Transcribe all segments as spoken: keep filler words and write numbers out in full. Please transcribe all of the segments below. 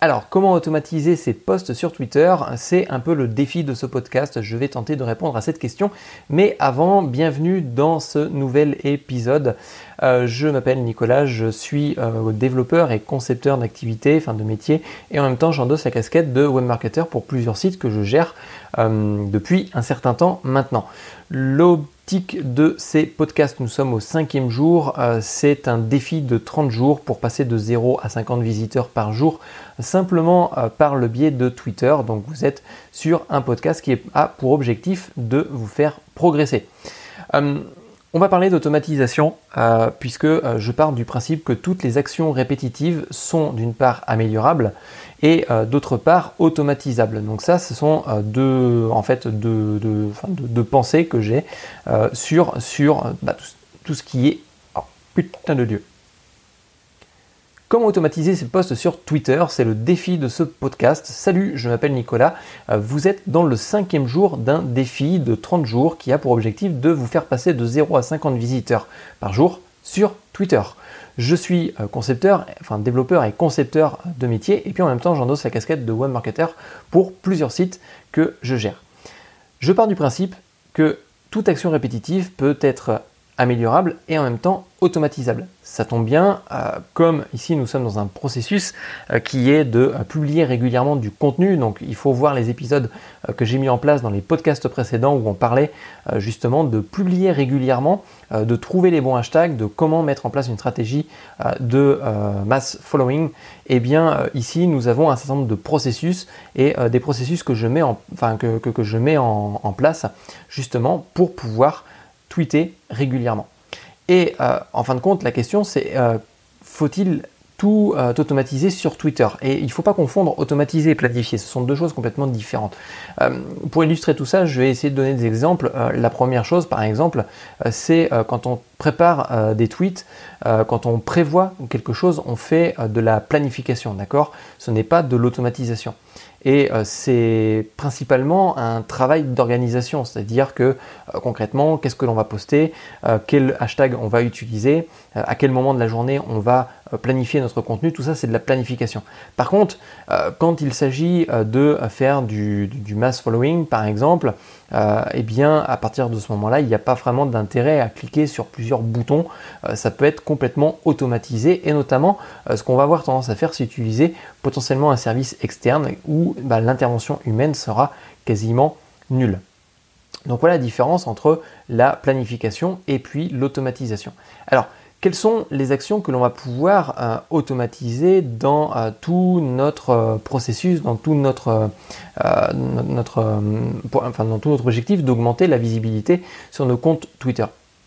Alors, comment automatiser ses posts sur Twitter? C'est un peu le défi de ce podcast. Je vais tenter de répondre à cette question. Mais avant, bienvenue dans ce nouvel épisode. Euh, je m'appelle Nicolas, je suis euh, développeur et concepteur d'activités, enfin de métiers, et en même temps j'endosse la casquette de webmarketer pour plusieurs sites que je gère euh, depuis un certain temps maintenant. L'optique de ces podcasts, nous sommes au cinquième jour, euh, c'est un défi de trente jours pour passer de zéro à cinquante visiteurs par jour, simplement euh, par le biais de Twitter. Donc vous êtes sur un podcast qui a pour objectif de vous faire progresser. Euh, On va parler d'automatisation euh, puisque euh, je pars du principe que toutes les actions répétitives sont d'une part améliorables et euh, d'autre part automatisables. Donc ça, ce sont euh, deux, en fait, deux, deux, enfin, deux, deux pensées que j'ai euh, sur, sur bah, tout, tout ce qui est... Oh, putain de Dieu. Comment automatiser ses posts sur Twitter? C'est le défi de ce podcast. Salut, je m'appelle Nicolas. Vous êtes dans le cinquième jour d'un défi de trente jours qui a pour objectif de vous faire passer de zéro à cinquante visiteurs par jour sur Twitter. Je suis concepteur, enfin développeur et concepteur de métier et puis en même temps j'endosse la casquette de webmarketer pour plusieurs sites que je gère. Je pars du principe que toute action répétitive peut être améliorable et en même temps automatisable. Ça tombe bien, euh, comme ici nous sommes dans un processus euh, qui est de euh, publier régulièrement du contenu, donc il faut voir les épisodes euh, que j'ai mis en place dans les podcasts précédents où on parlait euh, justement de publier régulièrement, euh, de trouver les bons hashtags, de comment mettre en place une stratégie euh, de euh, mass following. Et bien euh, ici nous avons un certain nombre de processus et euh, des processus que je mets en, enfin, que, que, que je mets en, en place justement pour pouvoir tweeter régulièrement. Et euh, en fin de compte, la question c'est euh, faut-il tout euh, automatiser sur Twitter? Et il ne faut pas confondre automatiser et planifier, ce sont deux choses complètement différentes. Euh, pour illustrer tout ça, je vais essayer de donner des exemples. Euh, la première chose, par exemple, euh, c'est euh, quand on prépare euh, des tweets, euh, quand on prévoit quelque chose, on fait euh, de la planification, d'accord? Ce n'est pas de l'automatisation. Et euh, c'est principalement un travail d'organisation, c'est-à-dire que euh, concrètement, qu'est-ce que l'on va poster, euh, quel hashtag on va utiliser, euh, à quel moment de la journée on va euh, planifier notre contenu, tout ça c'est de la planification. Par contre, euh, quand il s'agit euh, de faire du, du mass following par exemple, euh, eh bien à partir de ce moment-là, il n'y a pas vraiment d'intérêt à cliquer sur plusieurs boutons, euh, ça peut être complètement automatisé et notamment euh, ce qu'on va avoir tendance à faire, c'est utiliser potentiellement un service externe où bah, l'intervention humaine sera quasiment nulle. Donc voilà la différence entre la planification et puis l'automatisation. Alors, quelles sont les actions que l'on va pouvoir euh, automatiser dans euh, tout notre euh, processus, dans tout notre, euh, notre, euh, pour, enfin, dans tout notre objectif d'augmenter la visibilité sur nos comptes Twitter?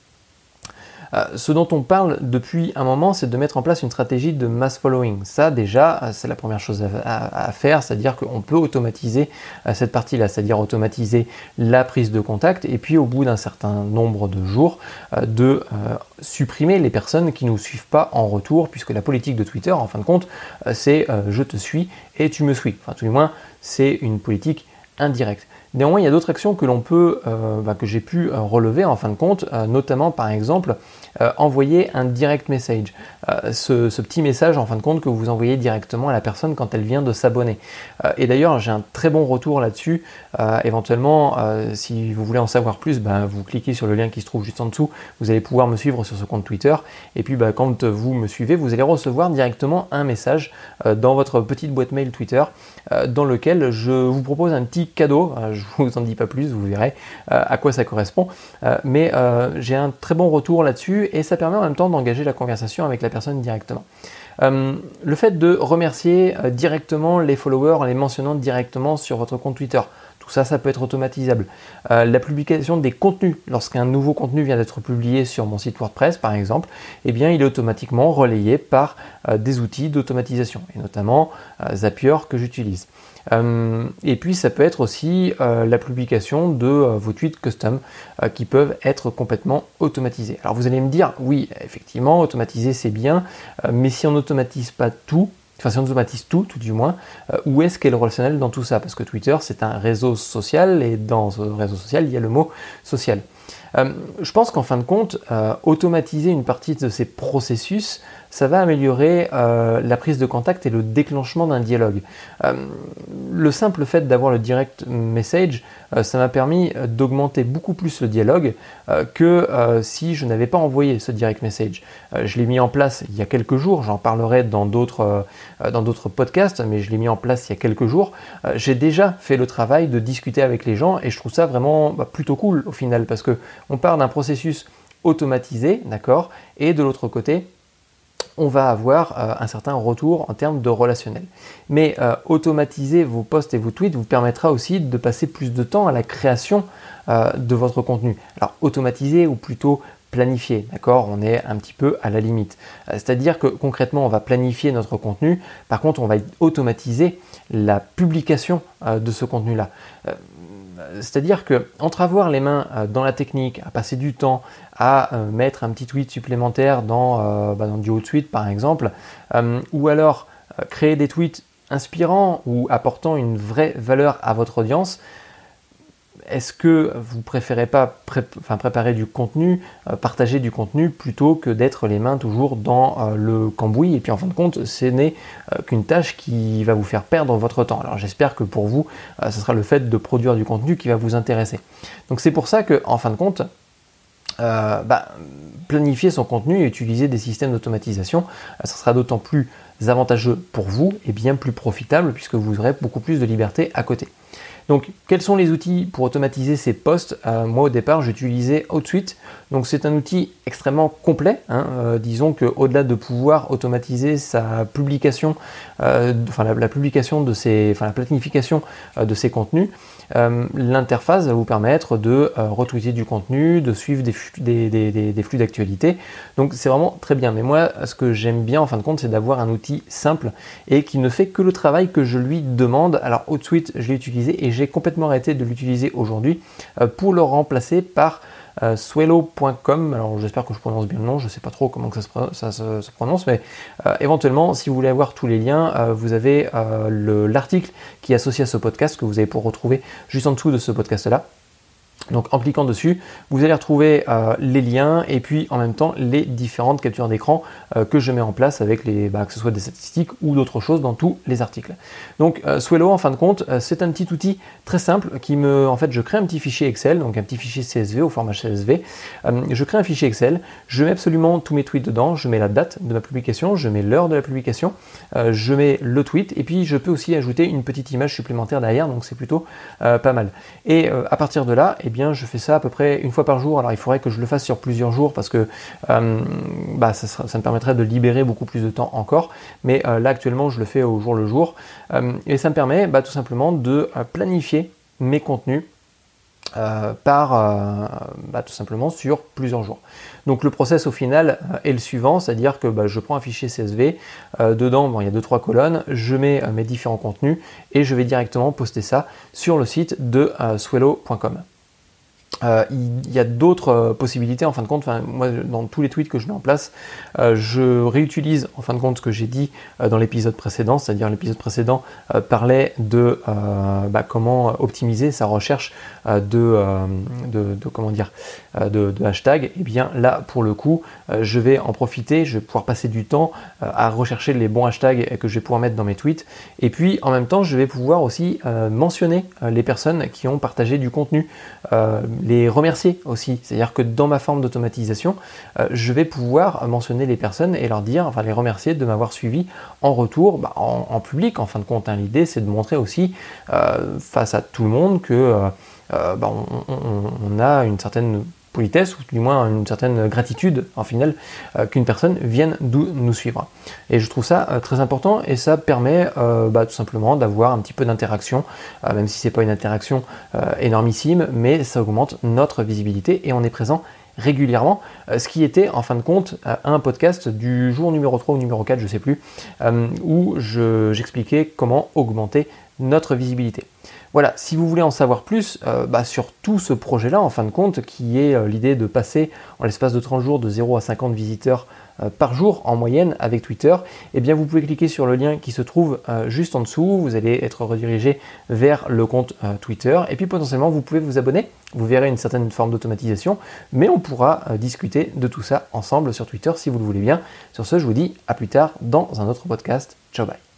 Euh, ce dont on parle depuis un moment, c'est de mettre en place une stratégie de mass following. Ça déjà, c'est la première chose à, à, à faire, c'est-à-dire qu'on peut automatiser euh, cette partie-là, c'est-à-dire automatiser la prise de contact et puis au bout d'un certain nombre de jours, euh, de euh, supprimer les personnes qui ne nous suivent pas en retour, puisque la politique de Twitter, en fin de compte, euh, c'est euh, je te suis et tu me suis. Enfin, tout du moins, c'est une politique indirecte. Néanmoins, il y a d'autres actions que l'on peut, euh, bah, que j'ai pu euh, relever en fin de compte, euh, notamment par exemple euh, envoyer un direct message. Euh, ce, ce petit message en fin de compte que vous envoyez directement à la personne quand elle vient de s'abonner. Euh, et d'ailleurs, j'ai un très bon retour là-dessus. Euh, éventuellement, euh, si vous voulez en savoir plus, bah, vous cliquez sur le lien qui se trouve juste en dessous. Vous allez pouvoir me suivre sur ce compte Twitter. Et puis, bah, quand vous me suivez, vous allez recevoir directement un message euh, dans votre petite boîte mail Twitter euh, dans lequel je vous propose un petit cadeau. Euh, je ne vous en dis pas plus, vous verrez euh, à quoi ça correspond. Euh, mais euh, j'ai un très bon retour là-dessus et ça permet en même temps d'engager la conversation avec la personne directement. Euh, le fait de remercier euh, directement les followers en les mentionnant directement sur votre compte Twitter, tout ça, ça peut être automatisable. Euh, la publication des contenus, lorsqu'un nouveau contenu vient d'être publié sur mon site WordPress par exemple, eh bien, il est automatiquement relayé par euh, des outils d'automatisation, et notamment euh, Zapier que j'utilise. Euh, et puis ça peut être aussi euh, la publication de euh, vos tweets custom euh, qui peuvent être complètement automatisés. Alors vous allez me dire, oui, effectivement, automatiser c'est bien, euh, mais si on n'automatise pas tout, enfin si on automatise tout, tout du moins, euh, où est-ce qu'est le relationnel dans tout ça? Parce que Twitter c'est un réseau social et dans ce réseau social il y a le mot social. Euh, je pense qu'en fin de compte, euh, automatiser une partie de ces processus, ça va améliorer euh, la prise de contact et le déclenchement d'un dialogue. Euh, le simple fait d'avoir le direct message, euh, ça m'a permis d'augmenter beaucoup plus le dialogue euh, que euh, si je n'avais pas envoyé ce direct message. Euh, je l'ai mis en place il y a quelques jours, j'en parlerai dans d'autres euh, dans d'autres podcasts, mais je l'ai mis en place il y a quelques jours. Euh, j'ai déjà fait le travail de discuter avec les gens et je trouve ça vraiment bah, plutôt cool au final parce que on part d'un processus automatisé, d'accord, et de l'autre côté, on va avoir euh, un certain retour en termes de relationnel. Mais euh, automatiser vos posts et vos tweets vous permettra aussi de passer plus de temps à la création euh, de votre contenu. Alors automatiser ou plutôt planifier, d'accord, on est un petit peu à la limite. Euh, c'est-à-dire que concrètement, on va planifier notre contenu, par contre, on va automatiser la publication euh, de ce contenu-là. Euh, C'est-à-dire qu'entre avoir les mains dans la technique, à passer du temps, à mettre un petit tweet supplémentaire dans, euh, bah dans du Hootsuite par exemple, euh, ou alors euh, créer des tweets inspirants ou apportant une vraie valeur à votre audience, est-ce que vous préférez pas pré enfin, préparer du contenu, euh, partager du contenu, plutôt que d'être les mains toujours dans euh, le cambouis et puis en fin de compte, ce n'est euh, qu'une tâche qui va vous faire perdre votre temps. Alors j'espère que pour vous, euh, ce sera le fait de produire du contenu qui va vous intéresser. Donc c'est pour ça que, en fin de compte, euh, bah, planifier son contenu et utiliser des systèmes d'automatisation, euh, ça sera d'autant plus avantageux pour vous et bien plus profitable puisque vous aurez beaucoup plus de liberté à côté. Donc, quels sont les outils pour automatiser ces posts? euh, Moi, au départ, j'utilisais Hootsuite. Donc, c'est un outil extrêmement complet. Hein. Euh, disons qu'au-delà de pouvoir automatiser sa publication, euh, enfin la, la publication de ses, enfin la planification euh, de ses contenus, euh, l'interface va vous permettre de euh, retweeter du contenu, de suivre des, des, des, des, des flux d'actualité. Donc, c'est vraiment très bien. Mais moi, ce que j'aime bien, en fin de compte, c'est d'avoir un outil simple et qui ne fait que le travail que je lui demande. Alors, Hootsuite, je l'ai utilisé et j'ai complètement arrêté de l'utiliser aujourd'hui euh, pour le remplacer par euh, swello point com. Alors j'espère que je prononce bien le nom, je ne sais pas trop comment que ça, se, ça se, se prononce, mais euh, éventuellement, si vous voulez avoir tous les liens, euh, vous avez euh, l'article qui est associé à ce podcast que vous allez pouvoir retrouver juste en dessous de ce podcast-là. Donc en cliquant dessus, vous allez retrouver euh, les liens et puis en même temps les différentes captures d'écran euh, que je mets en place avec les, bah, que ce soit des statistiques ou d'autres choses dans tous les articles. Donc euh, Swello en fin de compte, euh, c'est un petit outil très simple qui me, en fait, je crée un petit fichier Excel, donc un petit fichier C S V au format C S V. Euh, je crée un fichier Excel, je mets absolument tous mes tweets dedans, je mets la date de ma publication, je mets l'heure de la publication, euh, je mets le tweet et puis je peux aussi ajouter une petite image supplémentaire derrière, donc c'est plutôt euh, pas mal. Et euh, à partir de là, eh bien, je fais ça à peu près une fois par jour. Alors il faudrait que je le fasse sur plusieurs jours parce que euh, bah, ça, sera, ça me permettrait de libérer beaucoup plus de temps encore. Mais euh, là actuellement je le fais au jour le jour. Euh, et ça me permet bah, tout simplement de euh, planifier mes contenus Euh, par euh, bah, tout simplement sur plusieurs jours. Donc le process au final euh, est le suivant, c'est-à-dire que bah, je prends un fichier C S V, euh, dedans bon, il y a deux trois colonnes, je mets euh, mes différents contenus et je vais directement poster ça sur le site de euh, swello point com. Euh, il y a d'autres euh, possibilités en fin de compte. Enfin, moi, dans tous les tweets que je mets en place, euh, je réutilise en fin de compte ce que j'ai dit euh, dans l'épisode précédent, c'est-à-dire l'épisode précédent euh, parlait de euh, bah, comment optimiser sa recherche euh, de, euh, de, de comment dire euh, de, de hashtag. Et bien là, pour le coup, euh, je vais en profiter, je vais pouvoir passer du temps euh, à rechercher les bons hashtags que je vais pouvoir mettre dans mes tweets. Et puis en même temps, je vais pouvoir aussi euh, mentionner euh, les personnes qui ont partagé du contenu. Euh, les remercier aussi, c'est-à-dire que dans ma forme d'automatisation, euh, je vais pouvoir mentionner les personnes et leur dire, enfin les remercier de m'avoir suivi en retour, bah, en, en public en fin de compte. Hein. L'idée c'est de montrer aussi euh, face à tout le monde que euh, euh, bah, on, on, on a une certaine politesse ou du moins une certaine gratitude en final euh, qu'une personne vienne nous suivre. Et je trouve ça euh, très important et ça permet euh, bah, tout simplement d'avoir un petit peu d'interaction, euh, même si c'est pas une interaction euh, énormissime, mais ça augmente notre visibilité et on est présent régulièrement, euh, ce qui était en fin de compte euh, un podcast du jour numéro trois ou numéro quatre, je sais plus, euh, où je, j'expliquais comment augmenter notre visibilité. Voilà, si vous voulez en savoir plus euh, bah, sur tout ce projet-là, en fin de compte, qui est euh, l'idée de passer en l'espace de trente jours de zéro à cinquante visiteurs euh, par jour en moyenne avec Twitter, eh bien vous pouvez cliquer sur le lien qui se trouve euh, juste en dessous, vous allez être redirigé vers le compte euh, Twitter, et puis potentiellement vous pouvez vous abonner, vous verrez une certaine forme d'automatisation, mais on pourra euh, discuter de tout ça ensemble sur Twitter si vous le voulez bien. Sur ce, je vous dis à plus tard dans un autre podcast. Ciao, bye.